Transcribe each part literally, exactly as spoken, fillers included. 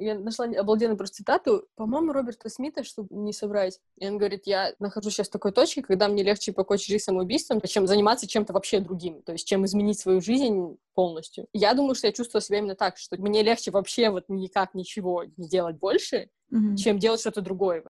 я нашла обалденную просто цитату, по-моему, Роберта Смита, чтобы не соврать. И он говорит, я нахожусь сейчас в такой точке, когда мне легче покончить жизнь самоубийством, чем заниматься чем-то вообще другим, то есть чем изменить свою жизнь полностью. Я думаю, что я чувствовала себя именно так, что мне легче вообще вот никак ничего не делать больше, mm-hmm. чем делать что-то другое.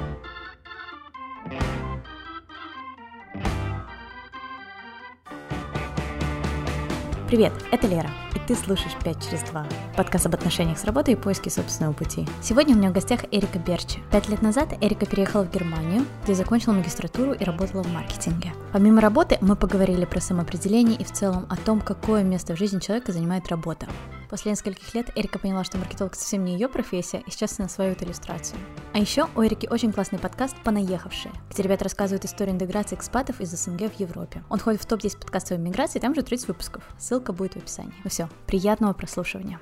Привет, это Лера, и ты слушаешь пять через два, подкаст об отношениях с работой и поиске собственного пути. Сегодня у меня в гостях Эрика Берчи. Пять лет назад Эрика переехала в Германию, где закончила магистратуру и работала в маркетинге. Помимо работы мы поговорили про самоопределение и в целом о том, какое место в жизни человека занимает работа. После нескольких лет Эрика поняла, что маркетолог совсем не ее профессия, и сейчас она осваивает иллюстрацию. А еще у Эрики очень классный подкаст «Понаехавшие», где ребята рассказывают историю интеграции экспатов из СНГ в Европе. Он входит в топ десять подкастов о миграции, там же тридцать выпусков. Ссылка будет в описании. Ну все, приятного прослушивания.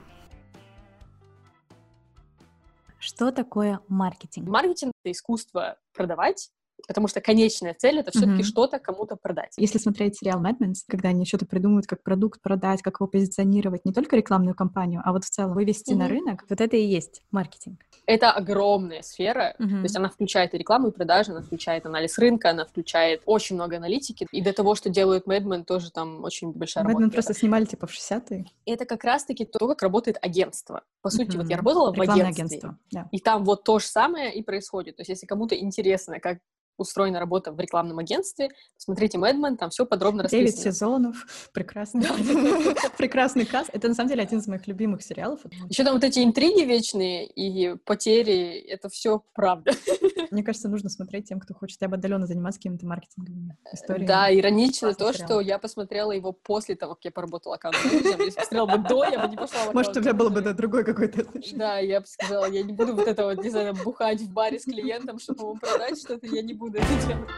Что такое маркетинг? Маркетинг — это искусство продавать, потому что конечная цель — это все-таки mm-hmm. что-то кому-то продать. Если смотреть сериал Mad Men, когда они что-то придумывают, как продукт продать, как его позиционировать, не только рекламную кампанию, а вот в целом вывести mm-hmm. на рынок, вот это и есть маркетинг. Это огромная сфера, mm-hmm. то есть она включает и рекламу, и продажи, она включает анализ рынка, она включает очень много аналитики, и для того, что делают Mad Men, тоже там очень большая Mad работа. Men просто снимали типа в шестидесятые. И это как раз-таки то, как работает агентство. По сути, mm-hmm. вот я работала Рекламное в агентстве, агентство, да. И там вот то же самое и происходит. То есть если кому-то интересно, как устроена работа в рекламном агентстве, смотрите Mad Men, там все подробно расписано. Девять сезонов, прекрасный, прекрасный каст. Это, на самом деле, один из моих любимых сериалов. Еще там вот эти интриги вечные и потери, это все правда. Мне кажется, нужно смотреть тем, кто хочет хотя бы отдаленно заниматься какими-то маркетинговыми историями. Да, иронично то, что я посмотрела его после того, как я поработала аккаунт-менеджером. Если посмотрела бы до, я бы не пошла в аккаунт-менеджер. Может, у тебя было бы да, другой какой-то отношение. Да, я бы сказала, я не буду вот это вот, не знаю, бухать в баре с клиентом, чтобы ему продать что-то, я не буду это делать.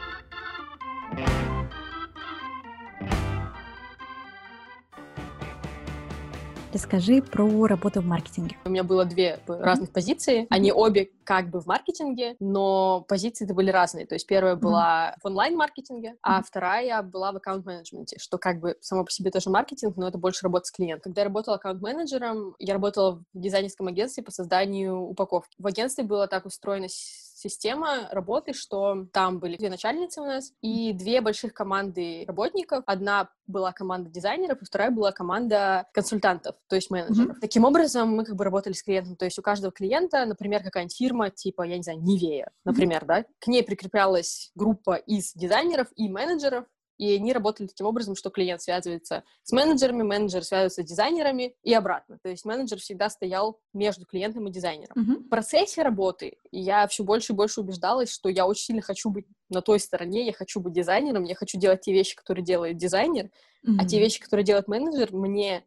Расскажи про работу в маркетинге. У меня было две разных позиции. Они обе как бы в маркетинге, но позиции-то были разные. То есть первая была в онлайн-маркетинге, а вторая была в аккаунт-менеджменте, что как бы само по себе тоже маркетинг, но это больше работа с клиентом. Когда я работала аккаунт-менеджером, я работала в дизайнерском агентстве по созданию упаковки. В агентстве было так устроено система работы, что там были две начальницы у нас и две больших команды работников. Одна была команда дизайнеров, и вторая была команда консультантов, то есть менеджеров. Mm-hmm. Таким образом, мы как бы работали с клиентом. То есть у каждого клиента, например, какая-нибудь фирма, типа, я не знаю, Нивея, например, mm-hmm. да, к ней прикреплялась группа из дизайнеров и менеджеров, и они работали таким образом, что клиент связывается с менеджерами, менеджер связывается с дизайнерами и обратно. То есть менеджер всегда стоял между клиентом и дизайнером. Mm-hmm. В процессе работы я все больше и больше убеждалась, что я очень сильно хочу быть на той стороне, я хочу быть дизайнером, я хочу делать те вещи, которые делает дизайнер, mm-hmm. а те вещи, которые делает менеджер, мне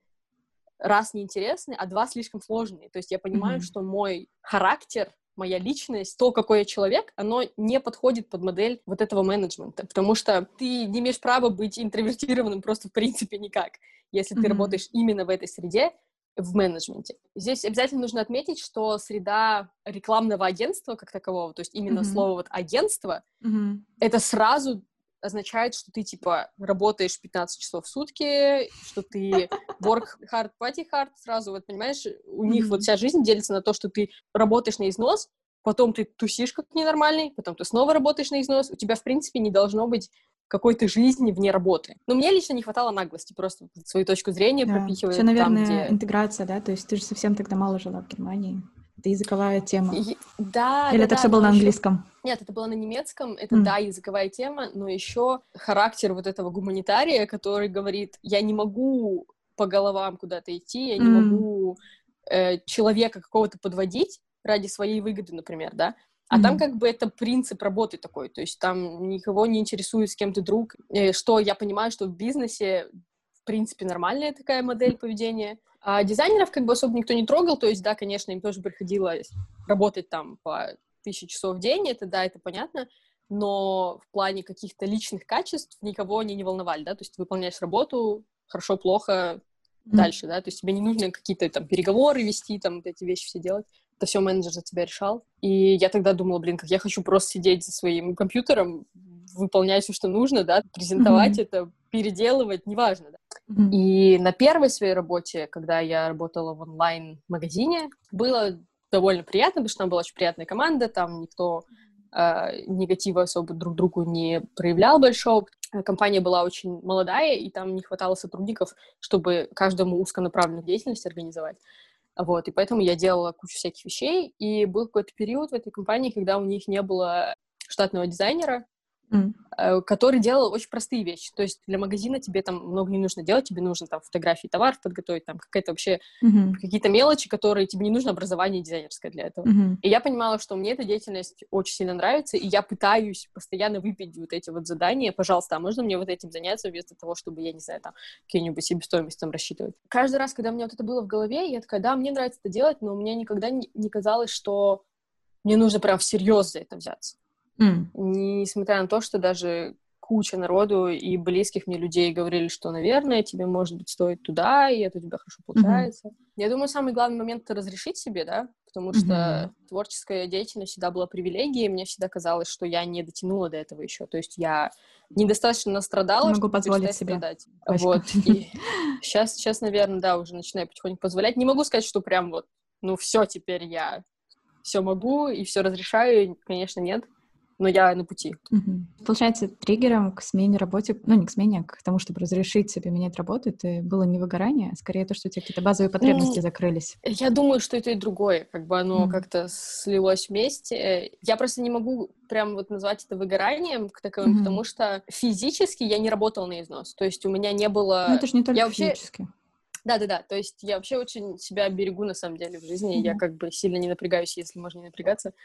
раз неинтересны, а два слишком сложные. То есть я понимаю, mm-hmm. что мой характер, моя личность, то, какой я человек, оно не подходит под модель вот этого менеджмента, потому что ты не имеешь права быть интровертированным просто в принципе никак, если mm-hmm. ты работаешь именно в этой среде, в менеджменте. Здесь обязательно нужно отметить, что среда рекламного агентства как такового, то есть именно mm-hmm. слово вот агентство, mm-hmm. это сразу означает, что ты, типа, работаешь пятнадцать часов в сутки, что ты work hard, party hard, сразу, вот, понимаешь, у mm-hmm. них вот вся жизнь делится на то, что ты работаешь на износ, потом ты тусишь как ненормальный, потом ты снова работаешь на износ, у тебя, в принципе, не должно быть какой-то жизни вне работы. Но мне лично не хватало наглости просто свою точку зрения да. пропихивать Все, наверное, там, где... интеграция, да, то есть ты же совсем тогда мало жила в Германии. Это языковая тема. И, да, Или да, это да, все было на еще... английском? Нет, это было на немецком, это, mm. да, языковая тема, но еще характер вот этого гуманитария, который говорит, я не могу по головам куда-то идти, я mm. не могу э, человека какого-то подводить ради своей выгоды, например, да, а mm. там как бы это принцип работы такой, то есть там никого не интересует, с кем ты друг, э, что я понимаю, что в бизнесе, в принципе, нормальная такая модель поведения. А дизайнеров как бы особо никто не трогал, то есть, да, конечно, им тоже приходилось работать там по тысяче часов в день, это, да, это понятно, но в плане каких-то личных качеств никого они не волновали, да, то есть ты выполняешь работу, хорошо, плохо, mm-hmm. дальше, да, то есть тебе не нужно какие-то там переговоры вести, там, вот эти вещи все делать, это все менеджер за тебя решал, и я тогда думала, блин, как я хочу просто сидеть за своим компьютером, выполнять все, что нужно, да, презентовать mm-hmm. это, переделывать, неважно, да. Mm-hmm. И на первой своей работе, когда я работала в онлайн-магазине, было довольно приятно, потому что там была очень приятная команда, там никто э, негатива особо друг другу не проявлял большого. Компания была очень молодая, и там не хватало сотрудников, чтобы каждому узконаправленную деятельность организовать. Вот, и поэтому я делала кучу всяких вещей, и был какой-то период в этой компании, когда у них не было штатного дизайнера, mm. который делал очень простые вещи. То есть для магазина тебе там много не нужно делать, тебе нужно там фотографии товаров подготовить, там какая-то вообще mm-hmm. какие-то мелочи, которые тебе не нужно образование дизайнерское для этого. Mm-hmm. И я понимала, что мне эта деятельность очень сильно нравится, и я пытаюсь постоянно выпить вот эти вот задания. Пожалуйста, а можно мне вот этим заняться вместо того, чтобы, я не знаю, там какие-нибудь себестоимость там рассчитывать. Каждый раз, когда у меня вот это было в голове, я такая, да, мне нравится это делать, но мне никогда не, не казалось, что мне нужно прям всерьез за это взяться. Mm. Несмотря на то, что даже куча народу и близких мне людей говорили, что, наверное, тебе, может быть, стоит туда, и это у тебя хорошо получается. Mm-hmm. Я думаю, самый главный момент — это разрешить себе, да, потому mm-hmm. что творческая деятельность всегда была привилегией, мне всегда казалось, что я не дотянула до этого еще, то есть я недостаточно настрадалась, могу чтобы позволить себе страдать. Вот, и сейчас, сейчас, наверное, да, уже начинаю потихоньку позволять. Не могу сказать, что прям вот, ну, все, теперь я все могу и все разрешаю, конечно, нет. Но я на пути. Угу. Получается, триггером к смене работы, ну, не к смене, а к тому, чтобы разрешить себе менять работу, это было не выгорание, а скорее то, что у тебя какие-то базовые потребности mm. закрылись. Я думаю, что это и другое, как бы оно mm. как-то слилось вместе. Я просто не могу прям вот назвать это выгоранием таковым, mm-hmm. потому что физически я не работала на износ. То есть у меня не было... Ну, это же не только я физически. Вообще... Да-да-да, то есть я вообще очень себя берегу, на самом деле, в жизни, mm-hmm. я как бы сильно не напрягаюсь, если можно не напрягаться,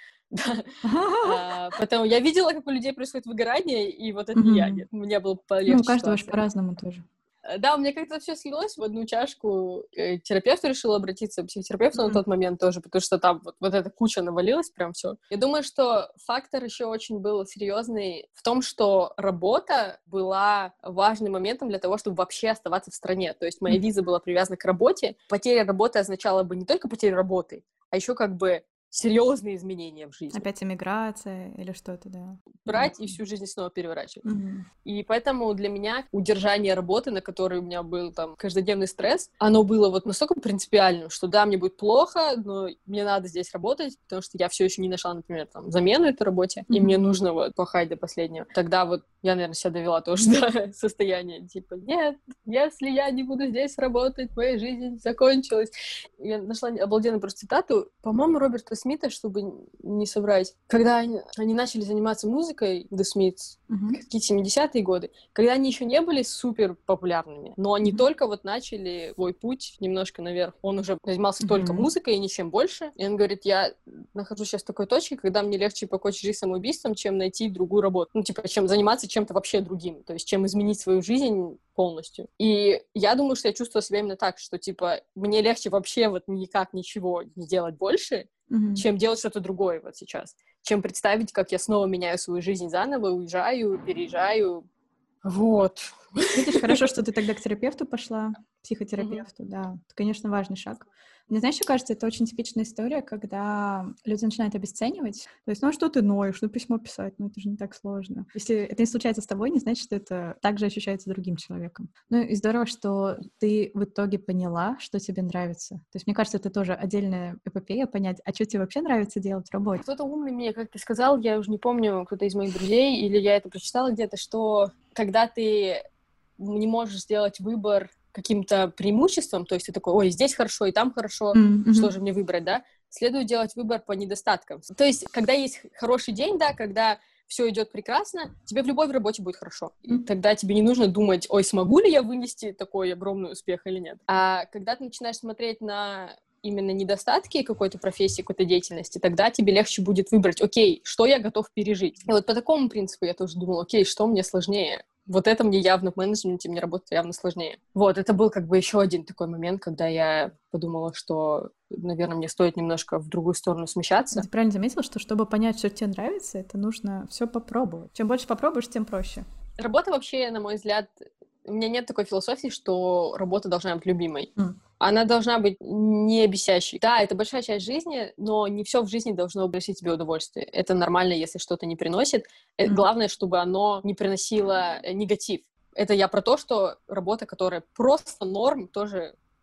а, поэтому я видела, как у людей происходит выгорание, и вот это mm-hmm. не я, нет, у меня было полегче. Ну, у каждого же по-разному тоже. Да, у меня как-то все слилось в одну чашку. К терапевту решила обратиться, к психотерапевту mm-hmm. на тот момент тоже, потому что там вот, вот эта куча навалилась, прям все. Я думаю, что фактор еще очень был серьезный в том, что работа была важным моментом для того, чтобы вообще оставаться в стране. То есть моя mm-hmm. виза была привязана к работе. Потеря работы означала бы не только потерю работы, а еще как бы серьезные изменения в жизни. Опять эмиграция или что-то, да. Брать mm-hmm. и всю жизнь снова переворачивать. Mm-hmm. И поэтому для меня удержание работы, на которой у меня был там каждодневный стресс, оно было вот настолько принципиальным, что да, мне будет плохо, но мне надо здесь работать, потому что я все еще не нашла, например, там, замену этой работе, mm-hmm. и мне нужно вот пахать до последнего. Тогда вот я, наверное, себя довела тоже до состояния, типа, нет, если я не буду здесь работать, моя жизнь закончилась. Я нашла обалденную просто цитату, по-моему, Роберта Смита, чтобы не соврать. Когда они, они начали заниматься музыкой, The Smiths, uh-huh. какие-то семидесятые годы, когда они еще не были супер популярными, но они uh-huh. только вот начали свой путь немножко наверх. Он уже занимался uh-huh. только музыкой и ничем больше. И он говорит, я нахожусь сейчас в такой точке, когда мне легче покончить жизнь самоубийством, чем найти другую работу. Ну, типа, чем заниматься чем-то вообще другим. То есть, чем изменить свою жизнь полностью. И я думаю, что я чувствовала себя именно так, что, типа, мне легче вообще вот никак ничего не делать больше, mm-hmm. чем делать что-то другое вот сейчас. Чем представить, как я снова меняю свою жизнь заново, уезжаю, переезжаю. Вот. Видишь, хорошо, что ты тогда к терапевту пошла, психотерапевту, mm-hmm. да. Это, конечно, важный шаг. Мне, знаешь, что кажется, это очень типичная история, когда люди начинают обесценивать. То есть, ну, а что ты ноешь? Ну, письмо писать, ну, это же не так сложно. Если это не случается с тобой, не значит, что это также ощущается другим человеком. Ну, и здорово, что ты в итоге поняла, что тебе нравится. То есть, мне кажется, это тоже отдельная эпопея, понять, а что тебе вообще нравится делать в работе. Кто-то умный мне как-то сказал, я уже не помню, кто-то из моих друзей, или я это прочитала где-то, что когда ты не можешь сделать выбор каким-то преимуществом, то есть ты такой, ой, здесь хорошо, и там хорошо, mm-hmm. что же мне выбрать, да? Следует делать выбор по недостаткам. То есть, когда есть хороший день, да, когда все идет прекрасно, тебе в любой работе будет хорошо. И mm-hmm. тогда тебе не нужно думать, ой, смогу ли я вынести такой огромный успех или нет. А когда ты начинаешь смотреть на именно недостатки какой-то профессии, какой-то деятельности, тогда тебе легче будет выбрать, окей, что я готов пережить. И вот по такому принципу я тоже думала, окей, что мне сложнее? Вот это мне явно в менеджменте, мне работать явно сложнее. Вот, это был как бы еще один такой момент, когда я подумала, что, наверное, мне стоит немножко в другую сторону смещаться. Ты правильно заметила, что чтобы понять, что тебе нравится, это нужно все попробовать. Чем больше попробуешь, тем проще. Работа вообще, на мой взгляд, у меня нет такой философии, что работа должна быть любимой. Mm. Она должна быть не бесящей. Да, это большая часть жизни, но не все в жизни должно приносить тебе удовольствие. Это нормально, если что-то не приносит. Mm. Главное, чтобы оно не приносило негатив. Это я про то, что работа, которая просто норм, тоже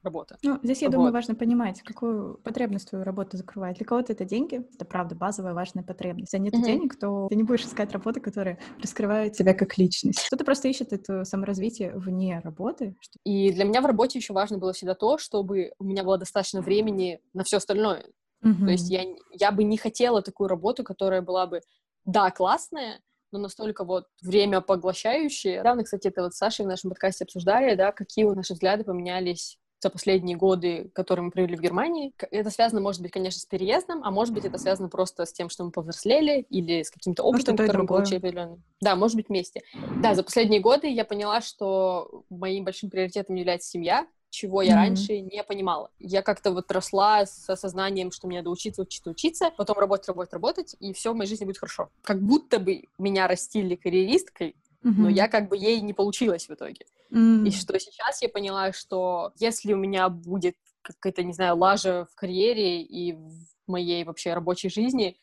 работа. Ну, здесь, я вот. думаю, важно понимать, какую потребность твою работа закрывает. Для кого-то это деньги, это, правда, базовая важная потребность. Если нет mm-hmm. денег, то ты не будешь искать работы, которые раскрывают тебя как личность. Кто-то просто ищет это саморазвитие вне работы. Что... И для меня в работе еще важно было всегда то, чтобы у меня было достаточно времени на все остальное. Mm-hmm. То есть я, я бы не хотела такую работу, которая была бы, да, классная, но настолько вот время поглощающее. Недавно, кстати, это вот с Сашей в нашем подкасте обсуждали, да, какие наши взгляды поменялись за последние годы, которые мы провели в Германии. Это связано, может быть, конечно, с переездом, а может быть, это связано просто с тем, что мы повзрослели или с каким-то опытом, который мы получили определенным. Да, может быть, вместе. Да, за последние годы я поняла, что моим большим приоритетом является семья, чего я mm-hmm. раньше не понимала. Я как-то вот росла с осознанием, что мне надо учиться, учиться, учиться, потом работать, работать, работать, и все в моей жизни будет хорошо. Как будто бы меня растили карьеристкой, mm-hmm. но я как бы ей не получилась в итоге. Mm-hmm. И что сейчас я поняла, что если у меня будет какая-то, не знаю, лажа в карьере и в моей вообще рабочей жизни,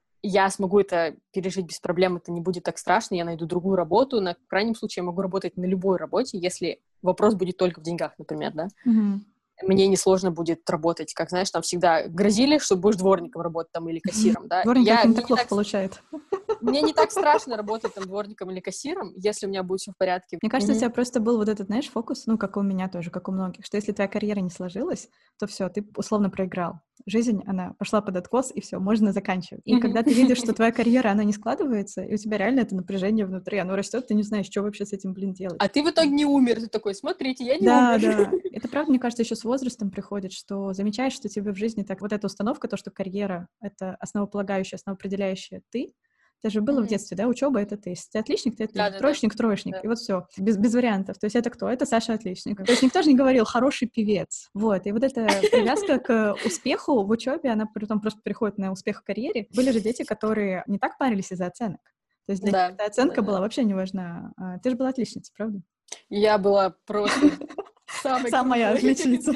я смогу это пережить без проблем, это не будет так страшно, я найду другую работу, на крайнем случае я могу работать на любой работе, если вопрос будет только в деньгах, например, да. Mm-hmm. Мне несложно будет работать, как, знаешь, там всегда грозили, что будешь дворником работать там или кассиром, да. Дворник не так плохо получает. Мне не так страшно работать там дворником или кассиром, если у меня будет все в порядке. Мне кажется, mm-hmm. у тебя просто был вот этот, знаешь, фокус, ну, как у меня тоже, как у многих, что если твоя карьера не сложилась, то все, ты условно проиграл. Жизнь, она пошла под откос, и все, можно заканчивать. И mm-hmm. когда ты видишь, что твоя карьера, она не складывается, и у тебя реально это напряжение внутри, оно растет, ты не знаешь, что вообще с этим, блин, делать. А ты в итоге не умер, ты такой, смотрите, я не да, умер. Да, да. Это правда, мне кажется, еще с возрастом приходит, что замечаешь, что тебе в жизни так вот эта установка, то, что карьера — это основополагающая, основоопределяющая ты. Это же было mm-hmm. в детстве, да, учеба — это ты. Если ты отличник, ты отличник. Да, троечник, да, троечник. Да. И вот все, без, без вариантов. То есть это кто? Это Саша отличник. То есть никто же не говорил «хороший певец». Вот. И вот эта привязка к успеху в учебе, она потом просто переходит на успех в карьере. Были же дети, которые не так парились из-за оценок. То есть для да, них эта оценка да, была да. вообще не важна. Ты же была отличницей, правда? Я была просто самая отличница.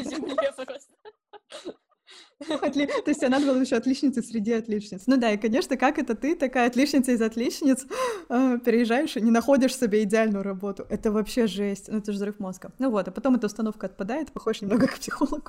Отли... То есть она была еще отличницей среди отличниц. Ну да, и, конечно, как это ты, такая отличница из отличниц, э, переезжаешь и не находишь себе идеальную работу. Это вообще жесть. Ну это же взрыв мозга. Ну вот, а потом эта установка отпадает, походишь немного к психологу.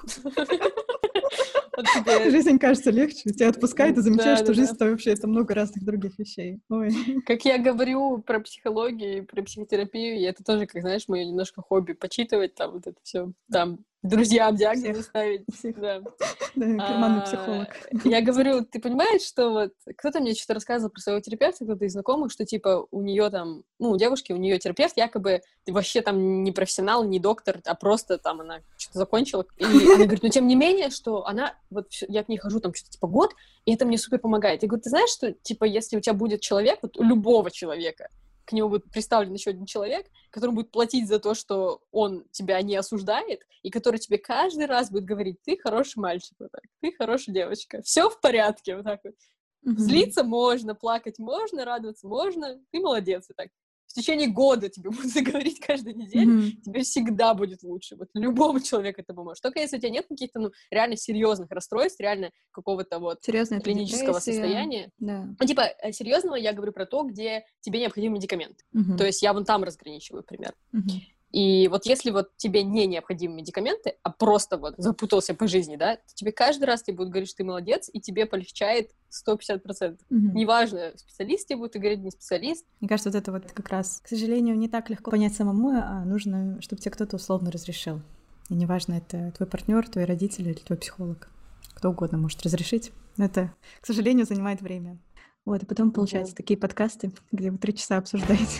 Жизнь кажется легче, тебя отпускает, и замечаешь, что жизнь-то вообще это много разных других вещей. Как я говорю про психологию, про психотерапию, и это тоже, как знаешь, мое немножко хобби, почитывать там вот это все, там друзьям диагнозы ставить. Всех. Да, да карманный а, психолог. Я говорю, ты понимаешь, что вот кто-то мне что-то рассказывал про своего терапевта, кто-то из знакомых, что типа у нее там, ну, у девушки, у нее терапевт якобы вообще там не профессионал, не доктор, а просто там она что-то закончила. И она говорит, но тем не менее, что она, вот я к ней хожу там что-то типа год, и это мне супер помогает. Я говорю, ты знаешь, что типа если у тебя будет человек, вот у любого человека, к нему будет представлен еще один человек, который будет платить за то, что он тебя не осуждает, и который тебе каждый раз будет говорить, ты хороший мальчик, вот так, ты хорошая девочка, все в порядке, вот так вот. Mm-hmm. Злиться можно, плакать можно, радоваться можно, ты молодец, вот так. В течение года тебе будут говорить каждую неделю, mm-hmm. тебе всегда будет лучше. Вот любому человеку это поможет. Только если у тебя нет каких-то, ну, реально серьезных расстройств, реально какого-то вот серьезная клинического депрессия. Состояния. Да. Ну, типа, серьезного я говорю про то, где тебе необходим медикамент. Mm-hmm. То есть я вон там разграничиваю пример. Mm-hmm. И вот если вот тебе не необходимы медикаменты, а просто вот запутался по жизни, да, то тебе каждый раз тебе будут говорить, что ты молодец, и тебе полегчает сто пятьдесят процентов. Mm-hmm. Неважно, специалист тебе будет говорить, не специалист. Мне кажется, вот это вот как раз, к сожалению, не так легко понять самому, а нужно, чтобы тебе кто-то условно разрешил. И неважно, это твой партнер, твои родители или твой психолог. Кто угодно может разрешить. Но это, к сожалению, занимает время. Вот, и потом получаются mm-hmm. такие подкасты, где вы три часа обсуждаете.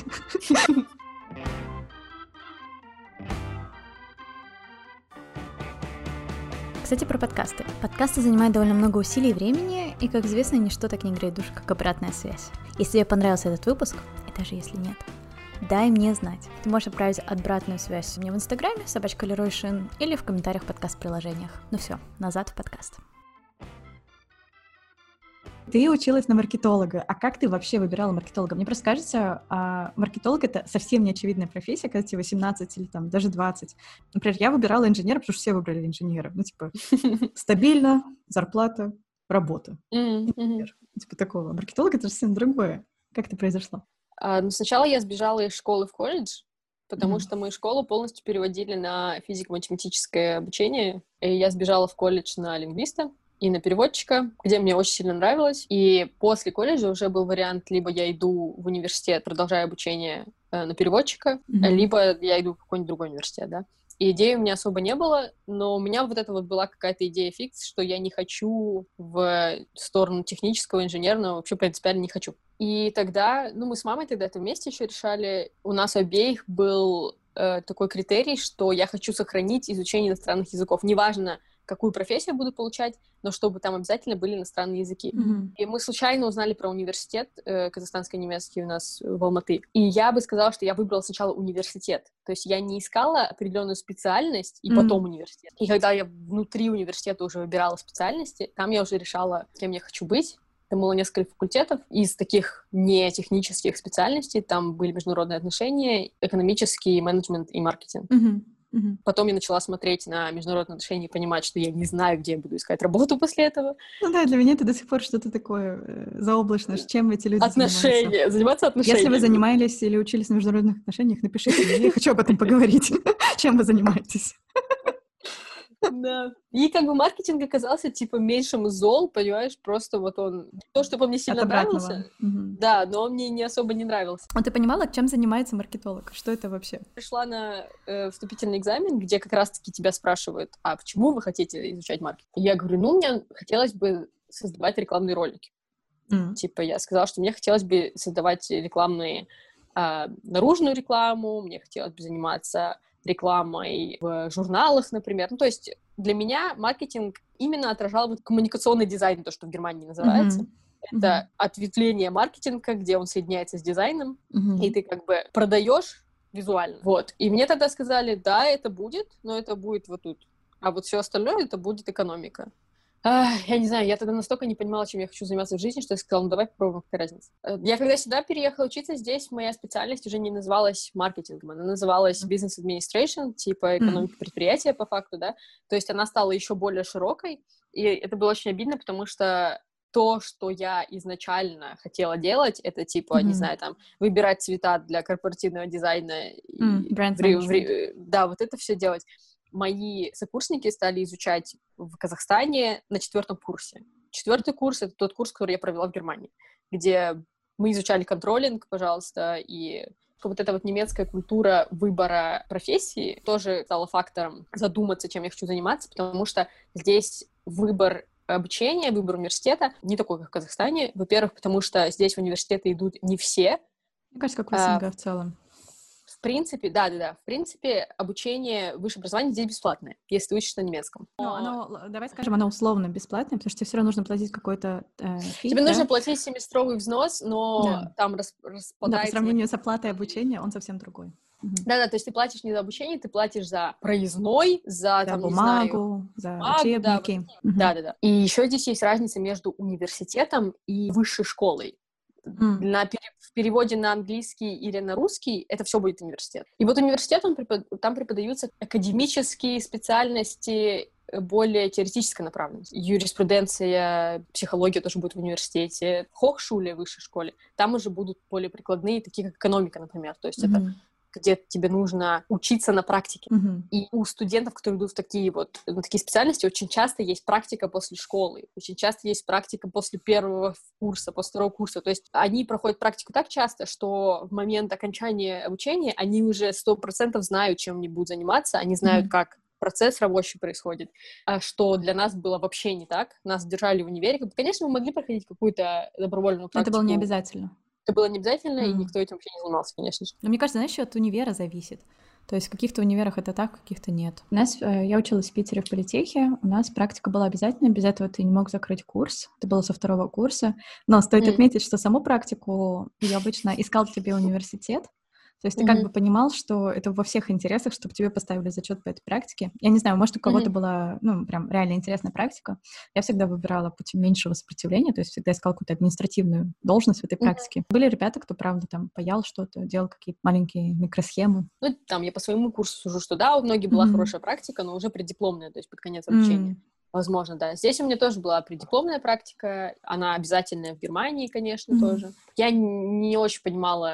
Кстати, про подкасты. Подкасты занимают довольно много усилий и времени, и, как известно, ничто так не греет душу, как обратная связь. Если тебе понравился этот выпуск, и даже если нет, дай мне знать. Ты можешь отправить обратную связь мне в Инстаграме, собачка Лерой Шин, или в комментариях в подкаст-приложениях. Ну все, назад в подкаст. Ты училась на маркетолога. А как ты вообще выбирала маркетолога? Мне просто кажется, а, маркетолог — это совсем неочевидная профессия, когда тебе восемнадцать или там даже двадцать. Например, я выбирала инженера, потому что все выбрали инженера. Ну, типа, стабильно, зарплата, работа. Mm-hmm. Типа такого. Маркетолог — это же совсем другое. Как это произошло? А, ну, сначала я сбежала из школы в колледж, потому Мгм. что мы школу полностью переводили на физико-математическое обучение, и я сбежала в колледж на лингвиста и на переводчика, где мне очень сильно нравилось. И после колледжа уже был вариант, либо я иду в университет, продолжаю обучение э, на переводчика, Мгм. либо я иду в какой-нибудь другой университет, да. И идеи у меня особо не было, но у меня вот это вот была какая-то идея фикс, что я не хочу в сторону технического, инженерного, вообще принципиально не хочу. И тогда, ну, мы с мамой тогда это вместе еще решали, у нас у обеих был э, такой критерий, что я хочу сохранить изучение иностранных языков. Неважно, какую профессию я буду получать, но чтобы там обязательно были иностранные языки. Мгм. И мы случайно узнали про университет э, казахстанско-немецкий у нас в Алматы. И я бы сказала, что я выбрала сначала университет. То есть я не искала определенную специальность и потом Мгм. университет. И когда я внутри университета уже выбирала специальности, там я уже решала, кем я хочу быть. Там было несколько факультетов. Из таких нетехнических специальностей там были международные отношения, экономический менеджмент и маркетинг. Мгм. Мгм. Потом я начала смотреть на международные отношения и понимать, что я не знаю, где я буду искать работу после этого. Ну да, для меня это до сих пор что-то такое э, заоблачное, ш- чем эти люди занимаются. Отношения. Заниматься отношениями. Если вы занимались или учились на международных отношениях, напишите мне, я хочу об этом поговорить. Чем вы занимаетесь? Да. И как бы маркетинг оказался, типа, меньшим из зол, понимаешь? Просто вот он... Не то, чтобы он мне От сильно обратного. нравился, Мгм. да, но он мне не особо не нравился. А ты понимала, чем занимается маркетолог? Что это вообще? Пришла на э, вступительный экзамен, где как раз-таки тебя спрашивают, а почему вы хотите изучать маркетинг? И я говорю, ну, мне хотелось бы создавать рекламные ролики. М. Типа, я сказала, что мне хотелось бы создавать рекламные, а, наружную рекламу, мне хотелось бы заниматься рекламой в журналах, например. Ну, то есть для меня маркетинг именно отражал вот коммуникационный дизайн, то, что в Германии называется. Мгм. Это Мгм. ответвление маркетинга, где он соединяется с дизайном, Мгм. и ты как бы продаешь визуально. Вот. И мне тогда сказали, да, это будет, но это будет вот тут. А вот все остальное это будет экономика. Ах, я не знаю, я тогда настолько не понимала, чем я хочу заниматься в жизни, что я сказала, ну давай попробуем, какая разница. Э, Я когда сюда переехала учиться, здесь моя специальность уже не называлась маркетингом, она называлась business administration, типа экономика предприятия по факту, да. То есть она стала еще более широкой, и это было очень обидно, потому что то, что я изначально хотела делать, это типа, не Мгм. знаю, там, выбирать цвета для корпоративного дизайна М, и бренд в ре- в менеджмент. ре- да, вот это все делать. Мои сокурсники стали изучать в Казахстане на четвертом курсе. Четвертый курс — это тот курс, который я провела в Германии, где мы изучали контролинг, пожалуйста, и вот эта вот немецкая культура выбора профессии тоже стала фактором задуматься, чем я хочу заниматься, потому что здесь выбор обучения, выбор университета не такой, как в Казахстане. Во-первых, потому что здесь в университеты идут не все. Мне кажется, как в А, СНГ в целом. В принципе, да-да-да, в принципе, обучение, высшее образование здесь бесплатное, если ты учишь на немецком. Ну, Но оно, л- давай скажем, оно условно бесплатное, потому что тебе все равно нужно платить какой-то э, фи, тебе да? нужно платить семестровый взнос, но Да. там рас- Да, по распадается на сравнению с какие-то оплатой категории. обучения он совсем другой. Мгм. Да-да, то есть ты платишь не за обучение, ты платишь за проездной, за, За там, не знаю, бумагу, за бумагу, да, вот учебники. Мгм. да-да-да. И еще здесь есть разница между университетом и высшей школой. М. На пере- в переводе на английский или на русский это все будет университет. И вот университет, он препод- там преподаются академические специальности э, более теоретической направленности. Юриспруденция, психология тоже будет в университете. Хохшуле, высшей школе, там уже будут более прикладные, такие как экономика, например. То есть это Мгм. где тебе нужно учиться на практике. Мгм. И у студентов, которые идут в такие вот на такие специальности, очень часто есть практика после школы, очень часто есть практика после первого курса, после второго курса. То есть они проходят практику так часто, что в момент окончания обучения они уже сто процентов знают, чем они будут заниматься, они знают, Мгм. как процесс рабочий происходит, а что для нас было вообще не так. Нас держали в универе. Конечно, мы могли проходить какую-то добровольную Это было практику. не обязательно. Это было не обязательно, и М. никто этим вообще не занимался, конечно же. Но мне кажется, знаешь, еще от универа зависит. То есть в каких-то универах это так, в каких-то нет. У нас, э, я училась в Питере в политехе, у нас практика была обязательной, без этого ты не мог закрыть курс, это было со второго курса. Но стоит Мгм. отметить, что саму практику ее обычно искал тебе университет, то есть ты как Мгм. бы понимал, что это во всех интересах, чтобы тебе поставили зачет по этой практике. Я не знаю, может, у кого-то Мгм. была, ну, прям реально интересная практика. Я всегда выбирала путем меньшего сопротивления, то есть всегда искала какую-то административную должность в этой Мгм. практике. Были ребята, кто, правда, там паял что-то, делал какие-то маленькие микросхемы. Ну, там я по своему курсу сужу, что да, у многих была Мгм. хорошая практика, но уже преддипломная, то есть под конец обучения. М. Возможно, да. Здесь у меня тоже была преддипломная практика, она обязательная в Германии, конечно, Мгм. тоже. Я н- не очень понимала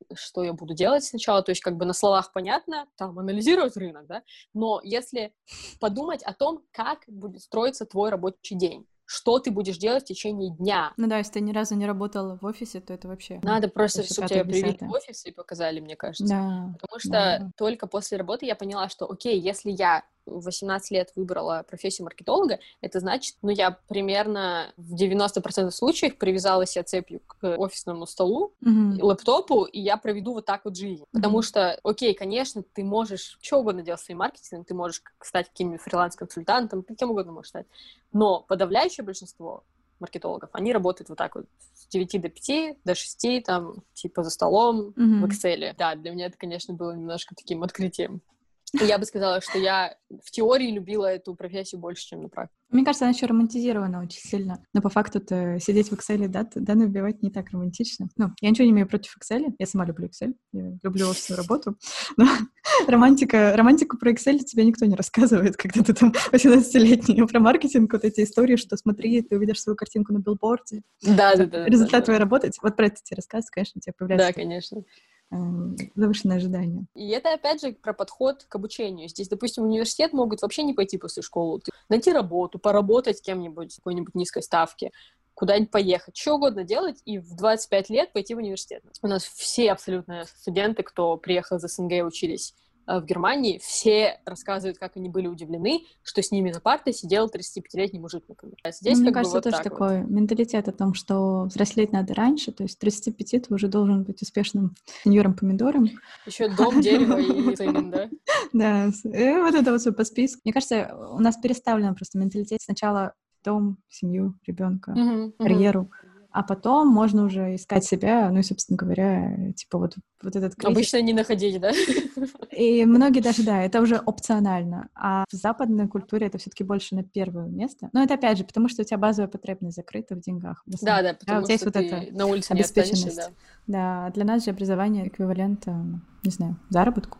что я буду делать сначала, то есть как бы на словах понятно, там, анализировать рынок, да, но если подумать о том, как будет строиться твой рабочий день, что ты будешь делать в течение дня. Ну да, если ты ни разу не работала в офисе, то это вообще... Надо просто, чтобы тебя привели десятое. в офис и показали, мне кажется. Да, Потому что да. только после работы я поняла, что, окей, если я в восемнадцать лет выбрала профессию маркетолога, это значит, ну, я примерно в девяносто процентов случаев привязалась я цепью к офисному столу, Мгм. лэптопу, и я проведу вот так вот жизнь. Потому Мгм. что, окей, конечно, ты можешь что угодно делать своим маркетингом, ты можешь к- стать каким-нибудь фриланс-консультантом, ты кем угодно можешь стать. Но подавляющее большинство маркетологов, они работают вот так вот с девяти до пяти, до шести, там, типа за столом, Мгм. в Excel. Да, для меня это, конечно, было немножко таким открытием. И я бы сказала, что я в теории любила эту профессию больше, чем на практике. Мне кажется, она еще романтизирована очень сильно. Но по факту-то сидеть в Excel, да, т- да, набивать не так романтично. Ну, я ничего не имею против Excel. Я сама люблю Excel. Я люблю офисную работу. Но романтика, романтику про Excel тебе никто не рассказывает, когда ты там восемнадцатилетний. Про маркетинг, вот эти истории, что смотри, ты увидишь свою картинку на билборде. Да, да, как да. результат да, твоей да. работы. Вот про это тебе рассказывают, конечно, у тебя Да, появляется конечно. эм, завышенное ожидание. И это, опять же, про подход к обучению. Здесь, допустим, в университет могут вообще не пойти после школы. Ты- найти работу, поработать с кем-нибудь, какой-нибудь низкой ставки, куда-нибудь поехать, что угодно делать, и в двадцать пять лет пойти в университет. У нас все абсолютно студенты, кто приехал из СНГ, учились э, в Германии, все рассказывают, как они были удивлены, что с ними за партой сидел тридцатипятилетний мужик, например. А здесь Ну, мне как бы кажется, вот тоже так вот. такой менталитет о том, что взрослеть надо раньше, то есть к тридцати пяти ты уже должен быть успешным сеньором-помидором. Еще дом, дерево и цемент, да? Да, с- э, вот это вот всё по списку. Мне кажется, у нас переставлен просто менталитет. Сначала дом, семью, ребенка, Мгм, мгм. карьеру, а потом можно уже искать себя, ну и, собственно говоря, э, типа вот, вот этот кризис. Обычно не находить, да? И многие даже, да, это уже опционально. А в западной культуре это все-таки больше на первое место. Но это опять же, потому что у тебя базовая потребность закрыта в деньгах. в Да, основном. да, Да, у потому тебя есть что вот эта ты на улице не останешься, обеспеченность. да. Да, а для нас же образование эквивалент, э, не знаю, заработку.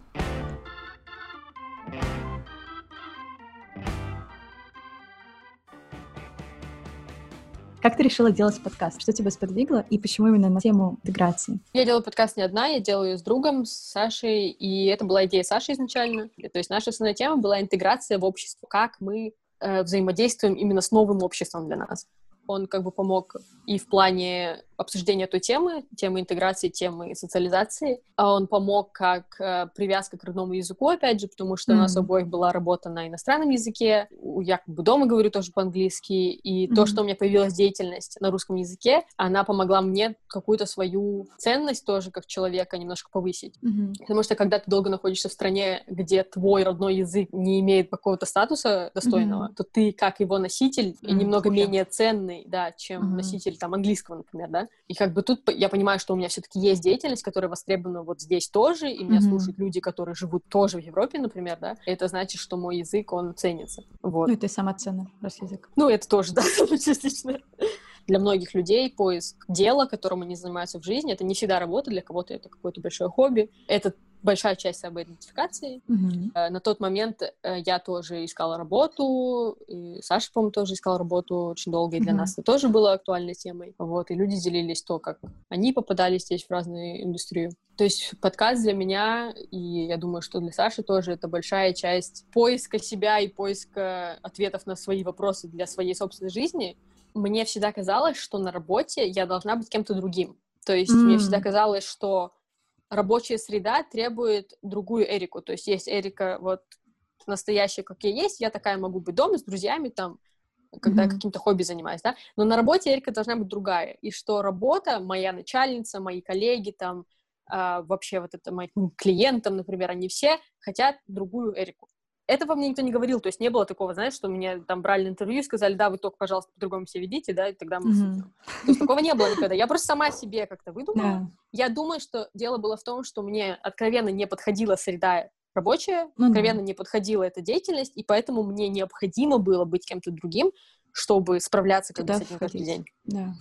Как ты решила делать подкаст? Что тебя сподвигло и почему именно на тему интеграции? Я делаю подкаст не одна, я делаю ее с другом, с Сашей, и это была идея Саши изначально. То есть наша основная тема была интеграция в общество, как мы э, взаимодействуем именно с новым обществом для нас. Он как бы помог и в плане обсуждения той темы, темы интеграции, темы социализации. А он помог как э, привязка к родному языку, опять же, потому что mm. у нас у обоих была работа на иностранном языке. Я как бы дома говорю тоже по-английски. И mm-hmm. то, что у меня появилась деятельность на русском языке, она помогла мне какую-то свою ценность тоже как человека немножко повысить. Mm-hmm. Потому что когда ты долго находишься в стране, где твой родной язык не имеет какого-то статуса достойного, mm-hmm. то ты как его носитель mm-hmm. немного Хуже. менее ценный, да, чем mm-hmm. носитель там английского, например, да. И как бы тут я понимаю, что у меня все-таки есть деятельность, которая востребована вот здесь тоже, и меня mm-hmm. слушают люди, которые живут тоже в Европе, например, да. И это значит, что мой язык, он ценится. Вот. Ну, и ты сама ценна, раз язык. Ну, это тоже, да, частично. Для многих людей поиск дела, которым они занимаются в жизни, это не всегда работа, для кого-то это какое-то большое хобби. Это большая часть самоидентификации. Mm-hmm. На тот момент я тоже искала работу, и Саша, по-моему, тоже искала работу очень долго, и для mm-hmm. нас это тоже было актуальной темой. Вот, и люди делились то, как они попадали здесь в разную индустрию. То есть подкаст для меня, и я думаю, что для Саши тоже, это большая часть поиска себя и поиска ответов на свои вопросы для своей собственной жизни. Мне всегда казалось, что на работе я должна быть кем-то другим. То есть mm. мне всегда казалось, что рабочая среда требует другую Эрику. То есть есть Эрика вот настоящая, как я есть, я такая могу быть дома с друзьями, там, когда mm-hmm. каким-то хобби занимаюсь, да, но на работе Эрика должна быть другая. И что работа, моя начальница, мои коллеги, там, э, вообще вот это моим клиентам, например, они все хотят другую Эрику. Этого мне никто не говорил, то есть не было такого, знаешь, что меня там брали на интервью и сказали, да, вы только, пожалуйста, по-другому себя ведите, да, и тогда мы... Mm-hmm. То есть такого не было никогда. Я просто сама себе как-то выдумала. Yeah. Я думаю, что дело было в том, что мне откровенно не подходила среда рабочая, mm-hmm. откровенно не подходила эта деятельность, и поэтому мне необходимо было быть кем-то другим, чтобы справляться как бы, с этим каждый день. Yeah.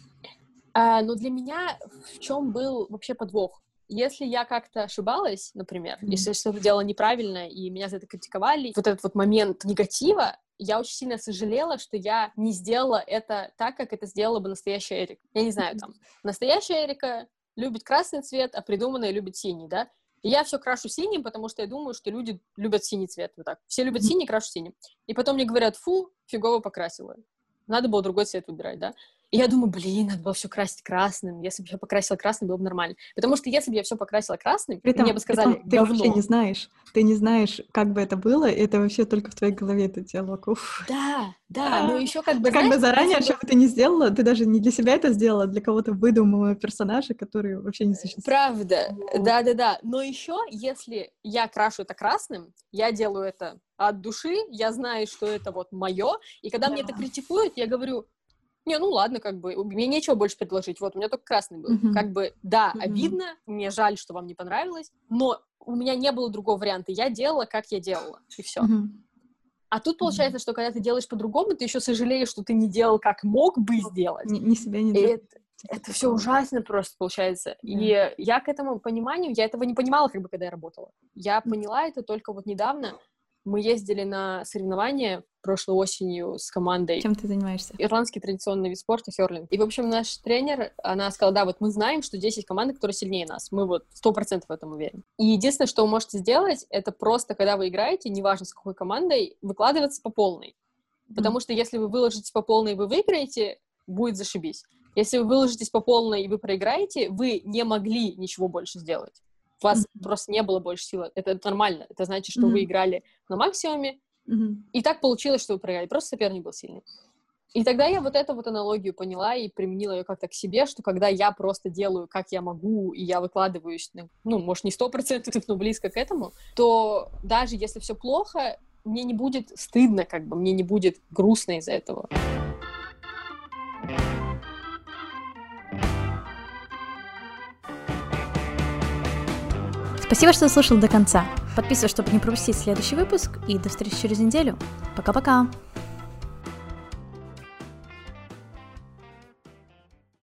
А, но для меня в чем был вообще подвох? Если я как-то ошибалась, например, mm-hmm. если я что-то делала неправильно, и меня за это критиковали, вот этот вот момент негатива, я очень сильно сожалела, что я не сделала это так, как это сделала бы настоящая Эрика. Я не знаю, там, настоящая Эрика любит красный цвет, а придуманное любит синий, да? И я все крашу синим, потому что я думаю, что люди любят синий цвет. Вот так. Все любят синий, крашу синим. И потом мне говорят, фу, фигово покрасила. Надо было другой цвет выбирать, да? И я думаю, блин, надо было все красить красным. Если бы я покрасила красным, было бы нормально. Потому что если бы я все покрасила красным, Притом, мне бы сказали, притом, ты говно. вообще не знаешь. Ты не знаешь, как бы это было, и это вообще только в твоей голове этот диалог. Уф. Да, да, но еще как бы, Ты как бы знаешь, заранее, если что бы ты не сделала, ты даже не для себя это сделала, а для кого-то выдуманного персонажа, который вообще не существует. Правда, Вот. да-да-да. Но еще, если я крашу это красным, я делаю это от души, я знаю, что это вот мое, и когда Да. мне это критикуют, я говорю, не, ну ладно, как бы, мне нечего больше предложить, вот, у меня только красный был. Мгм. Как бы, да, Мгм. обидно, мне жаль, что вам не понравилось, но у меня не было другого варианта, я делала, как я делала, и все. Мгм. А тут получается, что когда ты делаешь по-другому, ты еще сожалеешь, что ты не делал, как мог бы сделать. Ни, ни себя, ни И для... это, это все ужасно просто получается. Да. И я к этому пониманию, я этого не понимала, как бы, когда я работала. Я поняла это только вот недавно. Мы ездили на соревнования прошлой осенью с командой. Чем ты занимаешься? Ирландский традиционный вид спорта, хёрлинг. И, в общем, наш тренер, она сказала, да, вот мы знаем, что здесь есть команды, которые сильнее нас. Мы вот сто процентов в этом уверены. И единственное, что вы можете сделать, это просто, когда вы играете, неважно с какой командой, выкладываться по полной. Потому что если вы выложитесь по полной и вы выиграете, будет зашибись. Если вы выложитесь по полной и вы проиграете, вы не могли ничего больше сделать. У вас mm-hmm. просто не было больше силы. Это, это нормально. Это значит, что mm-hmm. вы играли на максимуме, mm-hmm. и так получилось, что вы проиграли. Просто соперник был сильный. И тогда я вот эту вот аналогию поняла и применила ее как-то к себе, что когда я просто делаю, как я могу, и я выкладываюсь, ну, может, не сто процентов, но близко к этому, то даже если все плохо, мне не будет стыдно, как бы, мне не будет грустно из-за этого. Спасибо, что слушал до конца. Подписывайся, чтобы не пропустить следующий выпуск, и до встречи через неделю. Пока-пока!